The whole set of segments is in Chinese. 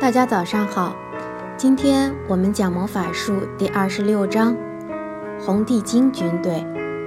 大家早上好，今天我们讲魔法术第26章，红地精军队。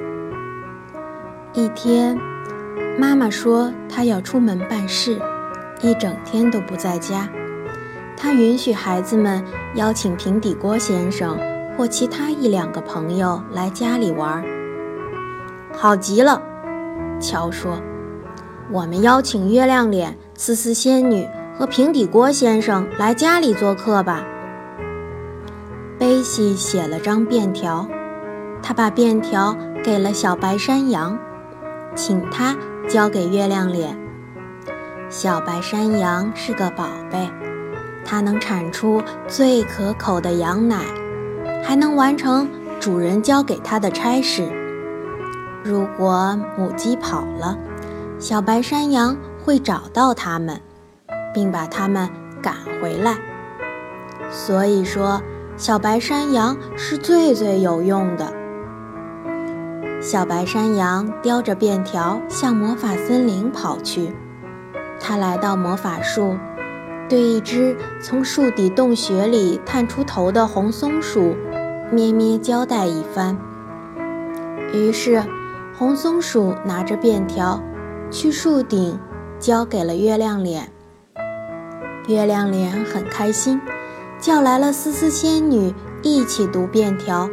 一天，妈妈说她要出门办事，一整天都不在家。她允许孩子们邀请平底锅先生或其他1、2个朋友来家里玩。好极了，乔说，我们邀请月亮脸、丝丝仙女和平底锅先生来家里做客吧。贝西写了张便条，他把便条给了小白山羊，请他交给月亮脸。小白山羊是个宝贝，它能产出最可口的羊奶，还能完成主人交给它的差事。如果母鸡跑了，小白山羊会找到它们，并把它们赶回来。所以说，小白山羊是最有用的。小白山羊叼着便条向魔法森林跑去。他来到魔法树，对一只从树底洞穴里探出头的红松鼠咩咩交代一番。于是红松鼠拿着便条去树顶交给了月亮脸。月亮脸很开心，叫来了丝丝仙女一起读便条。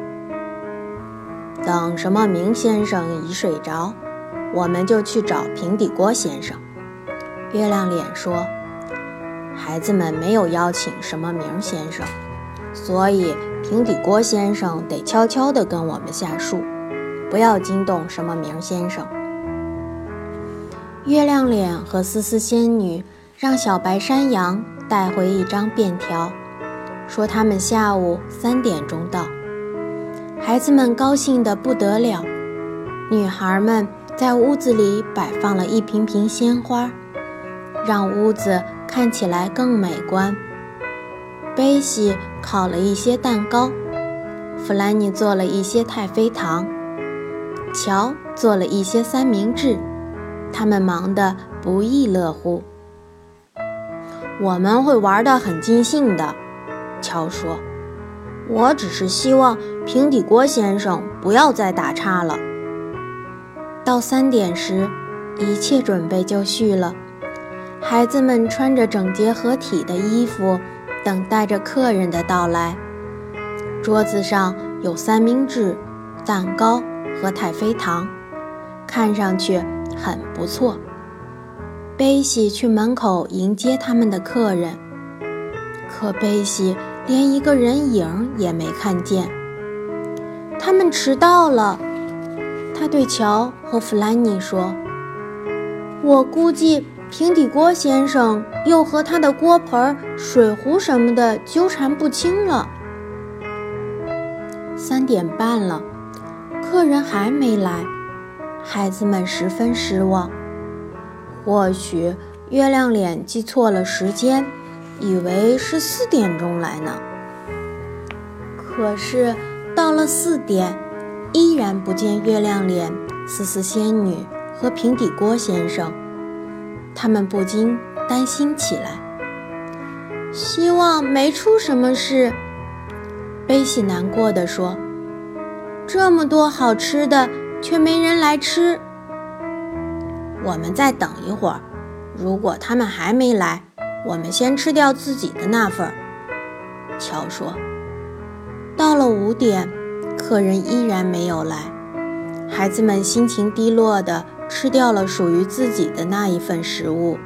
等什么明先生一睡着，我们就去找平底锅先生。月亮脸说，孩子们没有邀请什么明先生，所以平底锅先生得悄悄地跟我们下树，不要惊动什么明先生。月亮脸和丝丝仙女让小白山羊带回一张便条，说他们下午3点钟到。孩子们高兴得不得了，女孩们在屋子里摆放了一瓶瓶鲜花，让屋子看起来更美观。贝西烤了一些蛋糕，弗兰妮做了一些太妃糖，乔做了一些三明治，他们忙得不亦乐乎。我们会玩得很尽兴的，乔说，我只是希望平底锅先生不要再打岔了。到3点时，一切准备就绪了。孩子们穿着整洁合体的衣服，等待着客人的到来。桌子上有三明治、蛋糕和太妃糖，看上去很不错。贝西去门口迎接他们的客人，可贝西连一个人影也没看见。他们迟到了，他对乔和弗兰妮说，我估计平底锅先生又和他的锅盆、水壶什么的纠缠不清了。3点半了，客人还没来，孩子们十分失望。或许月亮脸记错了时间，以为是4点钟来呢。可是到了4点，依然不见月亮脸、丝丝仙女和平底锅先生。他们不禁担心起来，希望没出什么事。贝西难过地说，这么多好吃的，却没人来吃。我们再等一会儿，如果他们还没来，我们先吃掉自己的那份。乔说。到了5点，客人依然没有来，孩子们心情低落地吃掉了属于自己的那一份食物。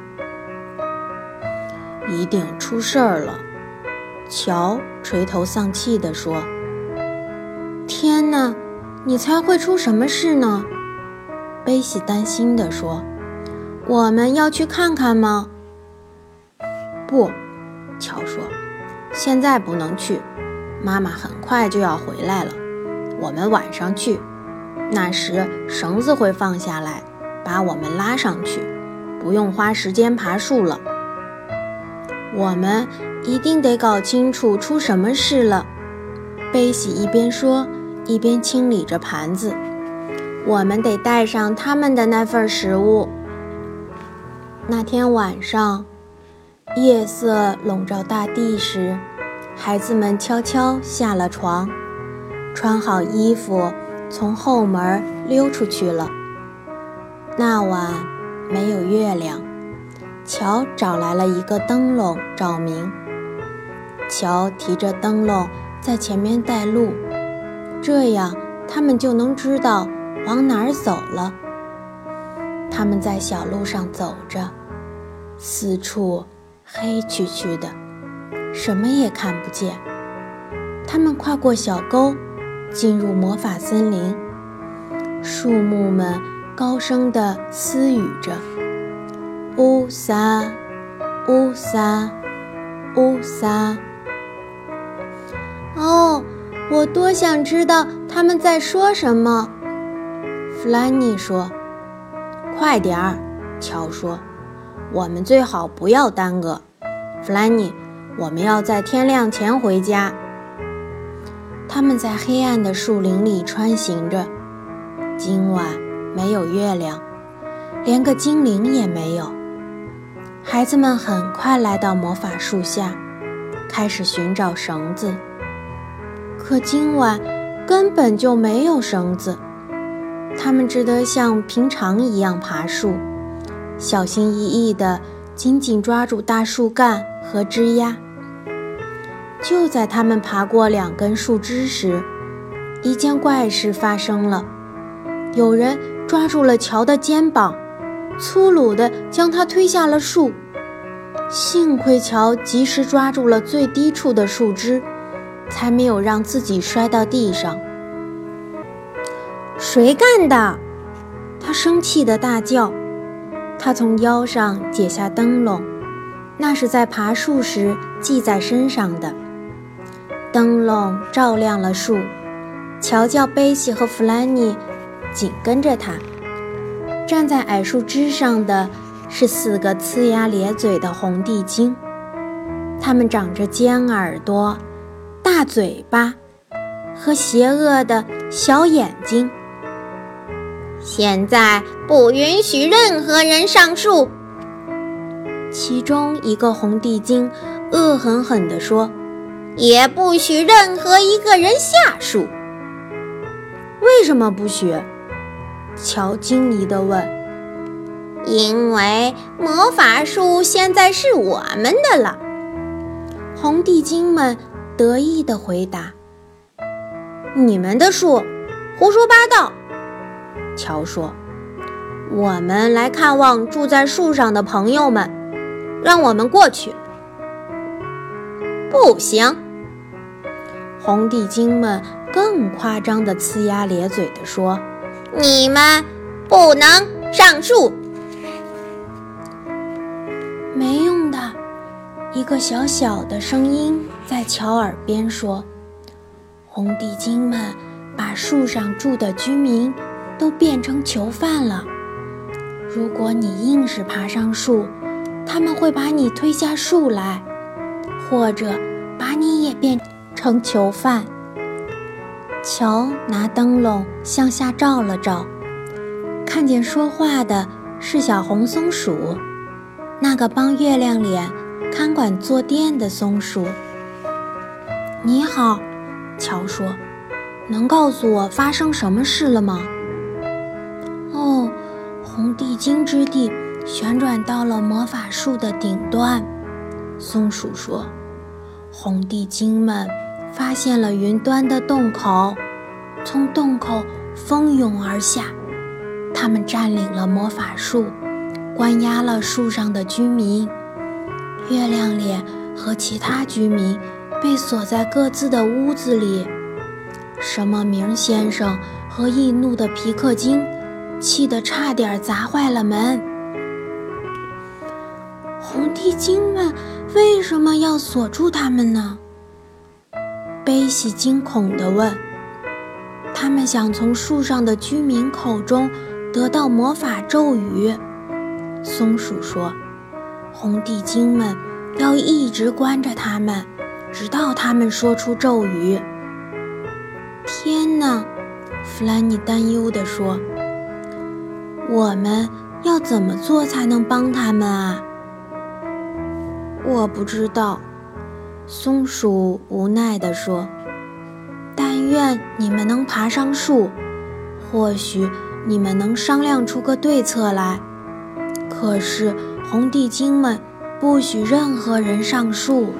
一定出事儿了，乔垂头丧气地说。天哪，你猜会出什么事呢？贝西担心地说，我们要去看看吗？不，乔说，现在不能去，妈妈很快就要回来了，我们晚上去，那时绳子会放下来，把我们拉上去，不用花时间爬树了。我们一定得搞清楚出什么事了，贝西一边说一边清理着盘子。我们得带上他们的那份食物。那天晚上， 夜色笼罩大地时，孩子们悄悄下了床，穿好衣服，从后门溜出去了。那晚没有月亮，乔找来了一个灯笼照明。乔提着灯笼在前面带路，这样他们就能知道往哪儿走了。他们在小路上走着，四处黑黢黢的，什么也看不见。他们跨过小沟，进入魔法森林。树木们高声地私语着：乌撒，乌撒，乌撒。哦，我多想知道他们在说什么。弗兰妮说。快点儿，乔说，我们最好不要耽搁。弗兰妮，我们要在天亮前回家。他们在黑暗的树林里穿行着。今晚没有月亮，连个精灵也没有。孩子们很快来到魔法树下，开始寻找绳子。可今晚根本就没有绳子，他们只得像平常一样爬树，小心翼翼地紧紧抓住大树干和枝桠。就在他们爬过2根树枝时，一件怪事发生了。有人抓住了乔的肩膀，粗鲁地将他推下了树。幸亏乔及时抓住了最低处的树枝，才没有让自己摔到地上。谁干的？他生气地大叫。他从腰上解下灯笼，那是在爬树时系在身上的。灯笼照亮了树，乔叫贝西和弗兰妮紧跟着他。站在矮树枝上的是4个呲牙咧嘴的红地精，它们长着尖耳朵、大嘴巴和邪恶的小眼睛。现在不允许任何人上树，其中一个红地精恶狠狠地说，也不许任何一个人下树。为什么不许？乔惊疑地问。因为魔法树现在是我们的了，红地精们得意地回答。你们的树？胡说八道！乔说。我们来看望住在树上的朋友们，让我们过去。不行！红地精们更夸张地呲牙咧嘴地说，你们不能上树。没用的，一个小小的声音在乔耳边说，红地精们把树上住的居民都变成囚犯了。如果你硬是爬上树，他们会把你推下树来，或者把你也变成囚犯。乔拿灯笼向下照了照，看见说话的是小红松鼠，那个帮月亮脸看管坐垫的松鼠。你好，乔说，能告诉我发生什么事了吗？哦，红地精之地旋转到了魔法树的顶端，松鼠说。红地精们发现了云端的洞口，从洞口蜂拥而下，他们占领了魔法树，关押了树上的居民。月亮脸和其他居民被锁在各自的屋子里。什么明先生和易怒的皮克精气得差点砸坏了门。红地精们为什么要锁住他们呢？贝西惊恐地问。他们想从树上的居民口中得到魔法咒语。松鼠说，红地精们要一直关着他们，直到他们说出咒语。天哪，弗兰妮担忧地说，我们要怎么做才能帮他们啊？ 我不知道，松鼠无奈地说。但愿你们能爬上树，或许你们能商量出个对策来。可是红地精们不许任何人上树。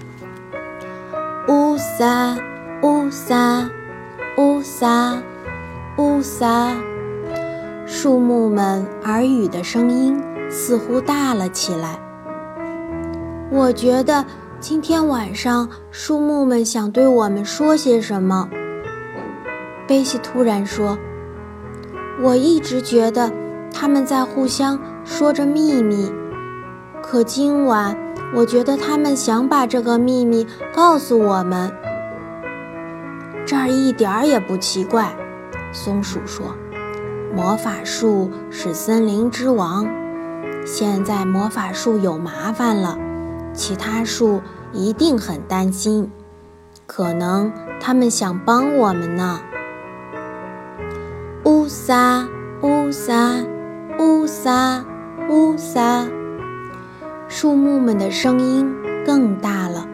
乌撒乌撒乌撒乌撒，树木们耳语的声音似乎大了起来。我觉得今天晚上树木们想对我们说些什么。贝西突然说，我一直觉得他们在互相说着秘密，可今晚我觉得他们想把这个秘密告诉我们。这儿一点儿也不奇怪，松鼠说，魔法树是森林之王，现在魔法树有麻烦了，其他树一定很担心，可能他们想帮我们呢。乌撒乌撒乌撒乌撒，树木们的声音更大了。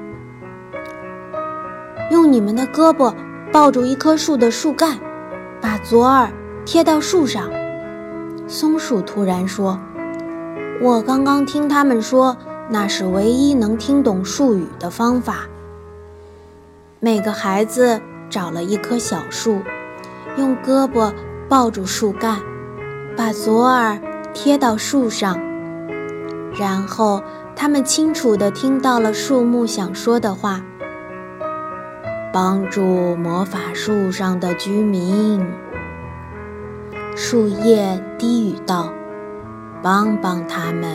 用你们的胳膊抱住一棵树的树干，把左耳贴到树上。松鼠突然说，我刚刚听他们说那是唯一能听懂树语的方法。每个孩子找了一棵小树，用胳膊抱住树干，把左耳贴到树上，然后他们清楚地听到了树木想说的话。帮助魔法树上的居民，树叶低语道，帮帮他们。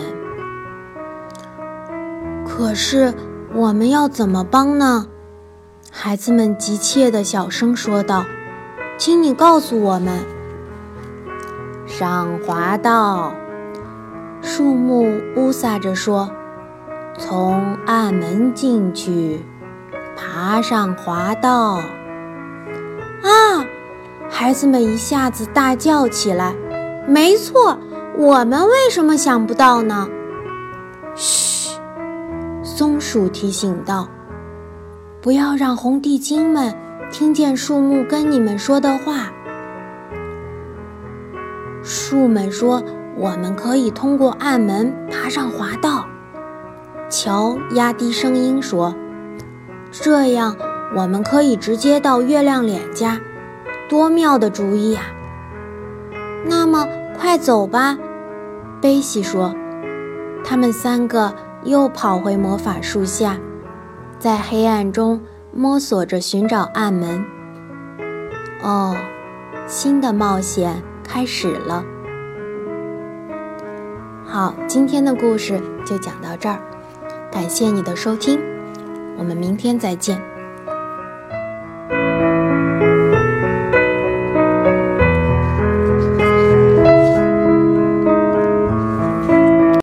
可是我们要怎么帮呢？孩子们急切地小声说道，请你告诉我们。上滑道，树木呜撒着说，从暗门进去，爬上滑道。啊！孩子们一下子大叫起来，没错，我们为什么想不到呢？嘘，松鼠提醒道，不要让红地精们听见树木跟你们说的话。树们说，我们可以通过暗门爬上滑道。乔压低声音说，这样我们可以直接到月亮脸家，多妙的主意呀！那么快走吧，贝西说。他们三个又跑回魔法树下，在黑暗中摸索着寻找暗门。哦，新的冒险开始了。好，今天的故事就讲到这儿，感谢你的收听，我们明天再见。